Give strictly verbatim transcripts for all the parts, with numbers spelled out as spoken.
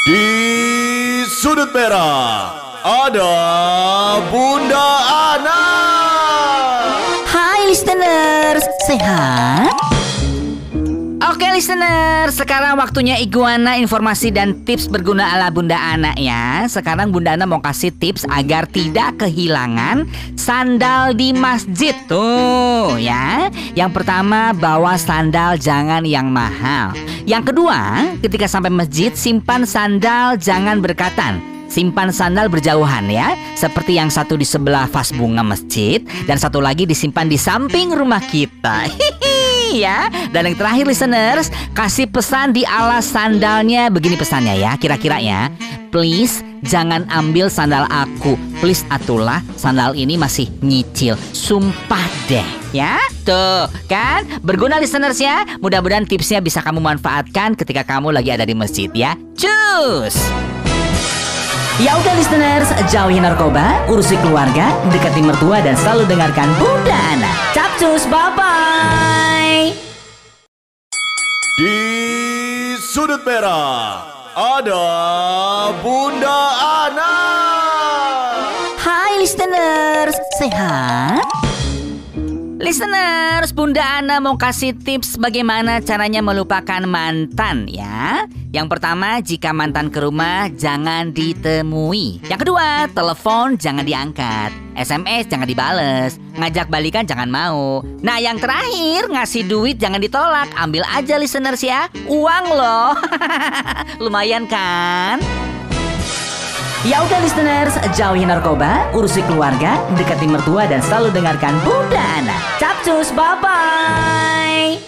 Di sudut merah ada Bunda Ana. Hai listeners, sehat? Oke listener, sekarang waktunya Iguana informasi dan tips berguna ala Bunda Ana ya. Sekarang Bunda Ana mau kasih tips agar tidak kehilangan sandal di masjid. Tuh ya. Yang pertama, bawa sandal jangan yang mahal. Yang kedua, ketika sampai masjid simpan sandal jangan berdekatan. Simpan sandal berjauhan ya. Seperti yang satu di sebelah vas bunga masjid dan satu lagi disimpan di samping rumah kita. Ya. Dan yang terakhir listeners, kasih pesan di alas sandalnya. Begini pesannya ya, kira-kira ya. Please jangan ambil sandal aku. Please atulah, sandal ini masih nyicil. Sumpah deh ya. Tuh kan, berguna listeners ya. Mudah-mudahan tipsnya bisa kamu manfaatkan ketika kamu lagi ada di masjid ya. Cus. Ya udah listeners, jauhi narkoba, urusi keluarga, dekati mertua dan selalu dengarkan Bunda Ana. Capcus, bye-bye. Di sudut merah ada Bunda Ana. Hai listeners, sehat? Listeners, Bunda Ana mau kasih tips bagaimana caranya melupakan mantan ya. Yang pertama, jika mantan ke rumah jangan ditemui. Yang kedua, telepon jangan diangkat. S M S jangan dibales. Ngajak balikan jangan mau. Nah yang terakhir, ngasih duit jangan ditolak. Ambil aja listeners ya, uang loh. Lumayan kan? Ya udah listeners, jauhi narkoba, urusi keluarga, dekati mertua dan selalu dengarkan Bunda Ana. Capcus, bye-bye.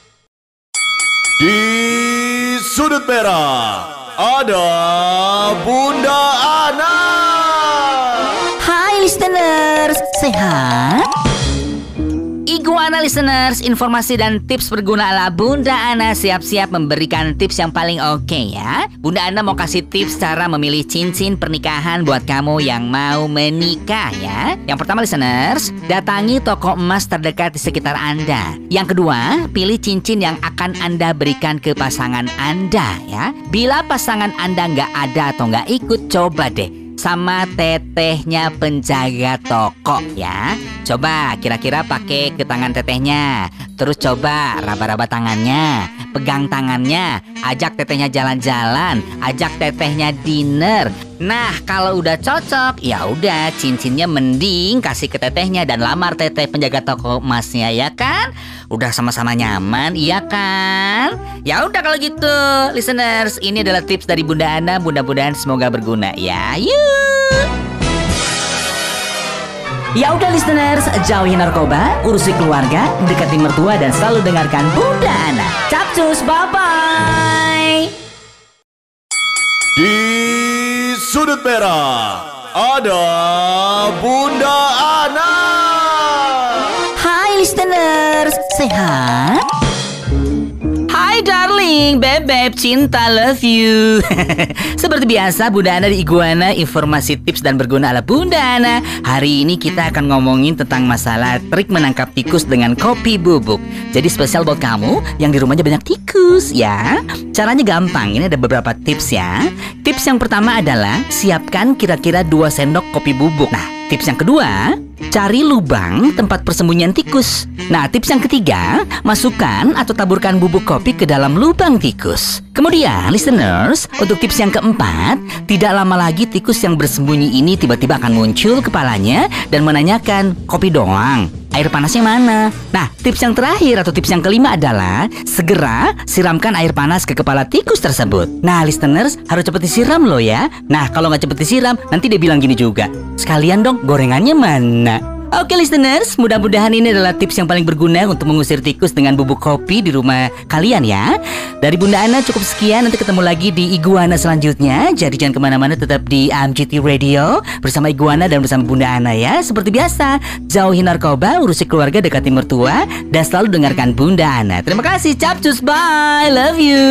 Di sudut merah ada Bunda Ana. Hai listeners, sehat? Iguana listeners, informasi dan tips berguna ala Bunda Ana siap-siap memberikan tips yang paling oke okay ya. Bunda Ana mau kasih tips cara memilih cincin pernikahan buat kamu yang mau menikah ya. Yang pertama listeners, datangi toko emas terdekat di sekitar Anda. Yang kedua, pilih cincin yang akan Anda berikan ke pasangan Anda ya. Bila pasangan Anda nggak ada atau nggak ikut, coba deh sama tetehnya penjaga toko ya. Coba kira-kira pakai ke tangan tetehnya. Terus coba raba-raba tangannya, pegang tangannya, ajak tetehnya jalan-jalan, ajak tetehnya dinner. Nah, kalau udah cocok, ya udah cincinnya mending kasih ke tetehnya dan lamar teteh penjaga toko emasnya ya kan? Udah sama-sama nyaman, iya kan? Ya udah kalau gitu, listeners, ini adalah tips dari Bunda Ana. Mudah-mudahan semoga berguna ya. Yuk. Ya udah listeners, jauhi narkoba, urusi keluarga, dekati mertua dan selalu dengarkan Bunda Ana. Capcus, bye-bye. Di sudut merah ada Bunda Ana. Hai listeners, sehat? Hai darling, bebek, cinta, love you. Seperti biasa, Bunda Ana di Iguana, informasi tips dan berguna ala Bunda Ana. Hari ini kita akan ngomongin tentang masalah trik menangkap tikus dengan kopi bubuk. Jadi spesial buat kamu yang di rumahnya banyak tikus ya. Caranya gampang, ini ada beberapa tips ya. Tips yang pertama adalah siapkan kira-kira dua sendok kopi bubuk. Nah, tips yang kedua, cari lubang tempat persembunyian tikus. Nah, tips yang ketiga, masukkan atau taburkan bubuk kopi ke dalam lubang tikus. Kemudian, listeners, untuk tips yang keempat, tidak lama lagi tikus yang bersembunyi ini tiba-tiba akan muncul kepalanya dan menanyakan, kopi doang? Air panasnya mana? Nah, tips yang terakhir atau tips yang kelima adalah segera siramkan air panas ke kepala tikus tersebut. Nah, listeners, harus cepat disiram loh ya. Nah, kalau nggak cepat disiram, nanti dia bilang gini juga, sekalian dong gorengannya mana? Oke listeners, mudah-mudahan ini adalah tips yang paling berguna untuk mengusir tikus dengan bubuk kopi di rumah kalian ya. Dari Bunda Ana cukup sekian, nanti ketemu lagi di Iguana selanjutnya. Jadi jangan kemana-mana, tetap di M G T Radio bersama Iguana dan bersama Bunda Ana ya. Seperti biasa, jauhi narkoba, urusi keluarga, dekati mertua, dan selalu dengarkan Bunda Ana. Terima kasih, capcus, bye, love you.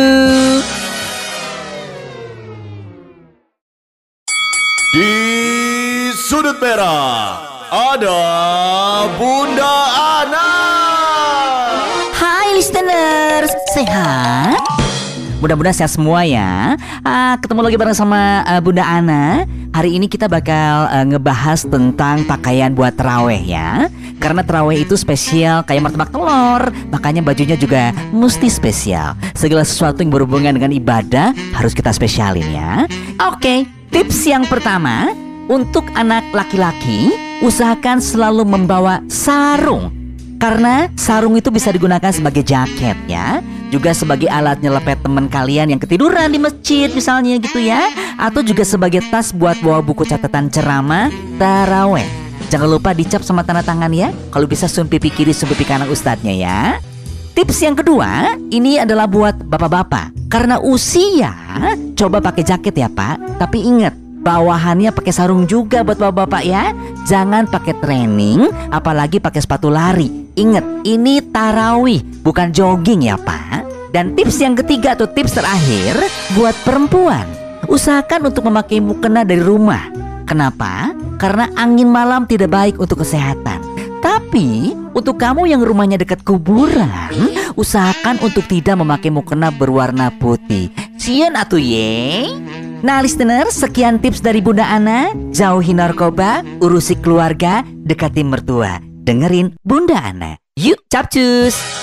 Di sudut merah ada Bunda Ana. Hai listeners, sehat? Mudah-mudahan sehat semua ya. Ah, ketemu lagi bareng sama uh, Bunda Ana. Hari ini kita bakal uh, ngebahas tentang pakaian buat terawih ya. Karena terawih itu spesial kayak martabak telur, makanya bajunya juga mesti spesial. Segala sesuatu yang berhubungan dengan ibadah harus kita spesialin ya. Oke, tips yang pertama, untuk anak laki-laki, usahakan selalu membawa sarung. Karena sarung itu bisa digunakan sebagai jaket ya, juga sebagai alat nyelepet teman kalian yang ketiduran di masjid misalnya gitu ya, atau juga sebagai tas buat bawa buku catatan ceramah taraweh. Jangan lupa dicap sama tanda tangan ya. Kalau bisa sun pipi kiri sun pipi kanan ustadznya ya. Tips yang kedua, ini adalah buat bapak-bapak. Karena usia, coba pakai jaket ya Pak. Tapi ingat, bawahannya pakai sarung juga buat bapak-bapak ya. Jangan pakai training, apalagi pakai sepatu lari. Ingat, ini tarawih, bukan jogging ya Pak. Dan tips yang ketiga atau tips terakhir buat perempuan, usahakan untuk memakai mukena dari rumah. Kenapa? Karena angin malam tidak baik untuk kesehatan. Tapi untuk kamu yang rumahnya dekat kuburan, usahakan untuk tidak memakai mukena berwarna putih. Sieun atuh ye. Nah listener, sekian tips dari Bunda Ana. Jauhi narkoba, urusi keluarga, dekati mertua. Dengerin Bunda Ana. Yuk capcus.